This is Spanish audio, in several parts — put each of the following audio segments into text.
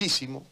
muchísimo.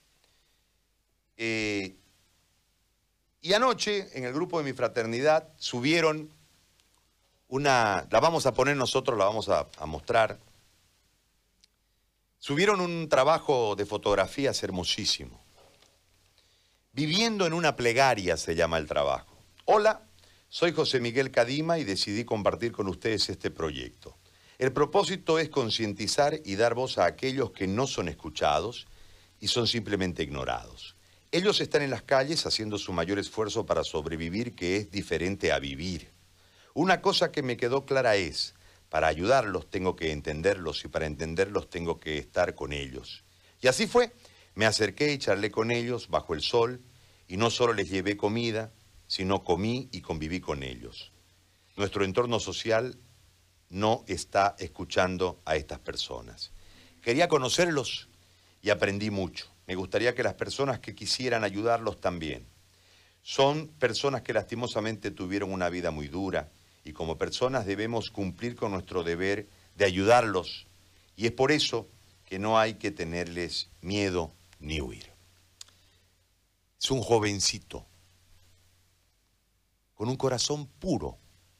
Y anoche, en el grupo de mi fraternidad, subieron la vamos a poner nosotros, la vamos a mostrar. Subieron un trabajo de fotografías hermosísimo. Viviendo en una plegaria se llama el trabajo. Hola, soy José Miguel Cadima y decidí compartir con ustedes este proyecto. El propósito es concientizar y dar voz a aquellos que no son escuchados y son simplemente ignorados. Ellos están en las calles haciendo su mayor esfuerzo para sobrevivir, que es diferente a vivir. Una cosa que me quedó clara es, para ayudarlos tengo que entenderlos y para entenderlos tengo que estar con ellos. Y así fue, me acerqué y charlé con ellos bajo el sol y no solo les llevé comida, sino comí y conviví con ellos. Nuestro entorno social no está escuchando a estas personas. Quería conocerlos y aprendí mucho. Me gustaría que las personas que quisieran ayudarlos también. Son personas que lastimosamente tuvieron una vida muy dura y como personas debemos cumplir con nuestro deber de ayudarlos. Y es por eso que no hay que tenerles miedo ni huir. Es un jovencito con un corazón puro.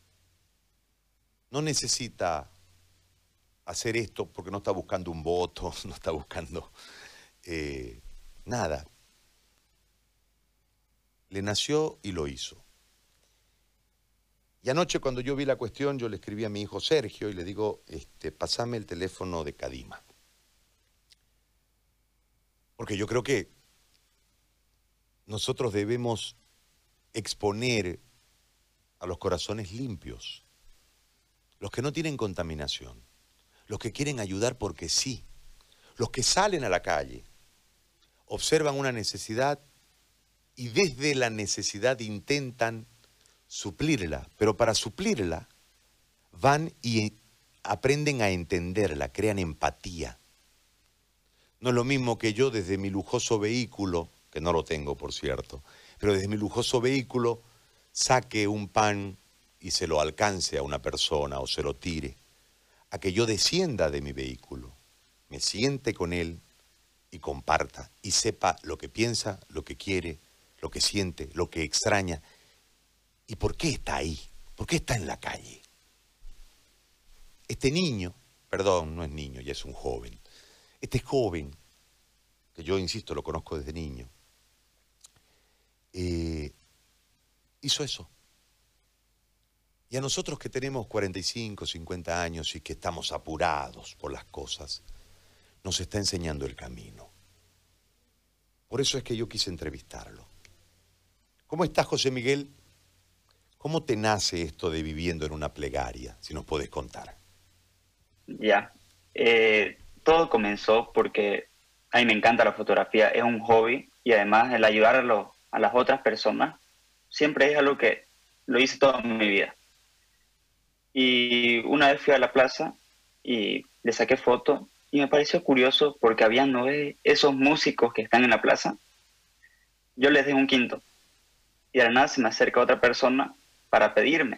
No necesita hacer esto porque no está buscando un voto, no está buscando nada. Le nació y lo hizo. Y anoche cuando yo vi la cuestión, yo le escribí a mi hijo Sergio y le digo, pasame el teléfono de Cadima. Porque yo creo que nosotros debemos exponer a los corazones limpios, los que no tienen contaminación, los que quieren ayudar porque sí, los que salen a la calle, observan una necesidad y desde la necesidad intentan suplirla, pero para suplirla van y aprenden a entenderla, crean empatía. No es lo mismo que yo desde mi lujoso vehículo, que no lo tengo por cierto, pero desde mi lujoso vehículo saque un pan y se lo alcance a una persona o se lo tire, a que yo descienda de mi vehículo, me siente con él y comparta y sepa lo que piensa, lo que quiere, lo que siente, lo que extraña y por qué está ahí, por qué está en la calle. Este niño, perdón, no es niño, ya es un joven, este joven, que yo insisto, lo conozco desde niño, hizo eso. Y a nosotros que tenemos 45, 50 años y que estamos apurados por las cosas, nos está enseñando el camino. Por eso es que yo quise entrevistarlo. ¿Cómo estás, José Miguel? ¿Cómo te nace esto de viviendo en una plegaria? Si nos podés contar. Ya, todo comenzó porque a mí me encanta la fotografía, es un hobby y además el ayudar a las otras personas siempre es algo que lo hice toda mi vida. Y una vez fui a la plaza y le saqué foto y me pareció curioso porque había esos músicos que están en la plaza. Yo les dejé un quinto y de la nada se me acerca otra persona para pedirme.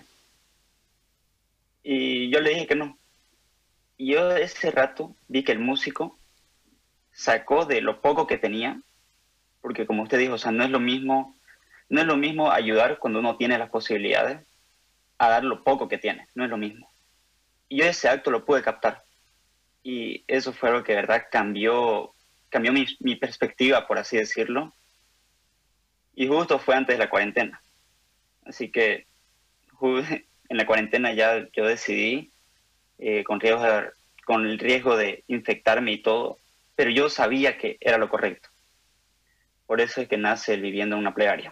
Y yo le dije que no. Y yo ese rato vi que el músico sacó de lo poco que tenía, porque como usted dijo, o sea, no es lo mismo ayudar cuando uno tiene las posibilidades a dar lo poco que tiene, no es lo mismo. Y yo ese acto lo pude captar. Y eso fue algo que de verdad cambió mi perspectiva, por así decirlo. Y justo fue antes de la cuarentena. Así que en la cuarentena ya yo decidí, con el riesgo de infectarme y todo, pero yo sabía que era lo correcto. Por eso es que nace el Viviendo en una Plegaria.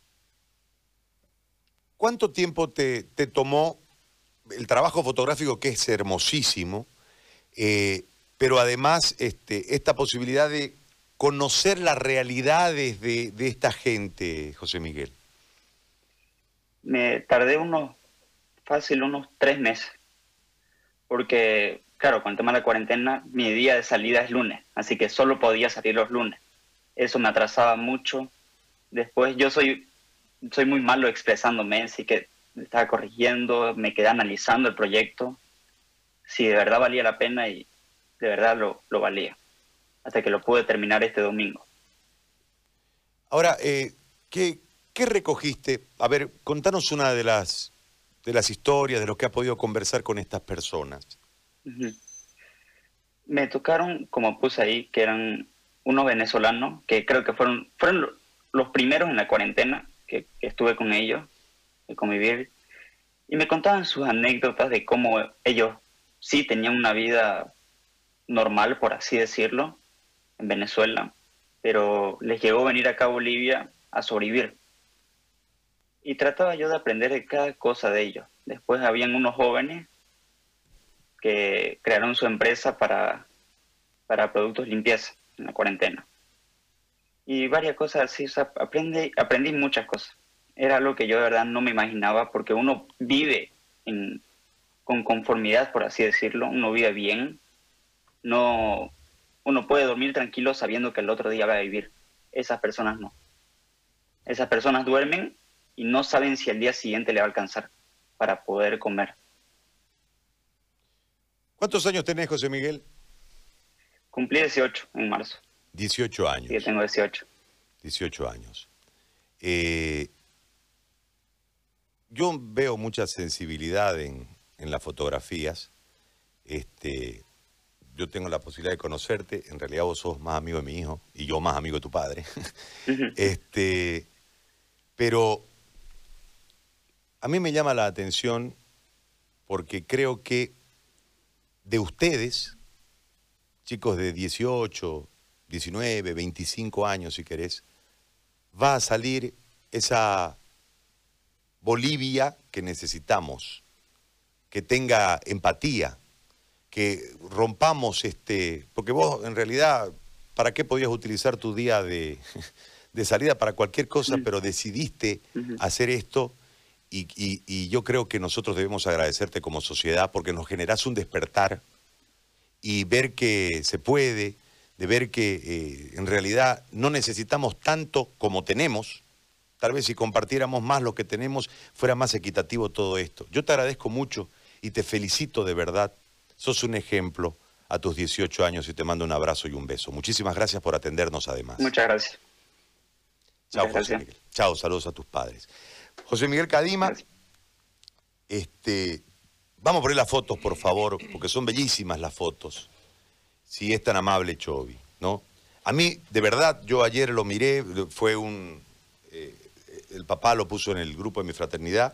¿Cuánto tiempo te tomó el trabajo fotográfico, que es hermosísimo, pero además esta posibilidad de conocer las realidades de esta gente, José Miguel? Me tardé unos 3 meses, porque, claro, con el tema de la cuarentena, mi día de salida es lunes, así que solo podía salir los lunes. Eso me atrasaba mucho. Después yo soy muy malo expresándome, así que me estaba corrigiendo, me quedé analizando el proyecto, si de verdad valía la pena y de verdad lo valía. hasta que lo pude terminar este domingo. Ahora, ¿qué recogiste? A ver, contanos una de las historias, de lo que has podido conversar con estas personas. Ujú. Me tocaron, como puse ahí, que eran unos venezolanos, que creo que fueron los primeros en la cuarentena que estuve con ellos, de convivir, y me contaban sus anécdotas de cómo ellos sí tenían una vida normal, por así decirlo, en Venezuela, pero les llegó venir acá a Bolivia a sobrevivir. Y trataba yo de aprender de cada cosa de ellos. Después habían unos jóvenes que crearon su empresa para productos limpieza en la cuarentena. Y varias cosas así, o sea, aprendí muchas cosas. Era algo que yo de verdad no me imaginaba, porque uno vive con conformidad, por así decirlo, uno vive bien, no, uno puede dormir tranquilo sabiendo que el otro día va a vivir. Esas personas no. Esas personas duermen y no saben si el día siguiente le va a alcanzar para poder comer. ¿Cuántos años tenés, José Miguel? Cumplí 18 en marzo. 18 Así que años. tengo 18. 18 años. Yo veo mucha sensibilidad en las fotografías. Yo tengo la posibilidad de conocerte. En realidad vos sos más amigo de mi hijo y yo más amigo de tu padre. Pero a mí me llama la atención porque creo que de ustedes, chicos de 18, 19, 25 años si querés, va a salir esa Bolivia que necesitamos, que tenga empatía, que rompamos porque vos en realidad, ¿para qué podías utilizar tu día de salida para cualquier cosa, pero decidiste hacer esto? Y yo creo que nosotros debemos agradecerte como sociedad porque nos generás un despertar y ver que se puede, de ver que en realidad no necesitamos tanto como tenemos. Tal vez si compartiéramos más lo que tenemos, fuera más equitativo todo esto. Yo te agradezco mucho y te felicito de verdad. Sos un ejemplo a tus 18 años y te mando un abrazo y un beso. Muchísimas gracias por atendernos además. Muchas gracias. Chao, Muchas José gracias. Miguel. Chao, saludos a tus padres. José Miguel Cadima, Gracias. vamos a poner las fotos, por favor, porque son bellísimas las fotos. Si es tan amable, Chovi, ¿no? A mí, de verdad, yo ayer lo miré, fue el papá lo puso en el grupo de mi fraternidad,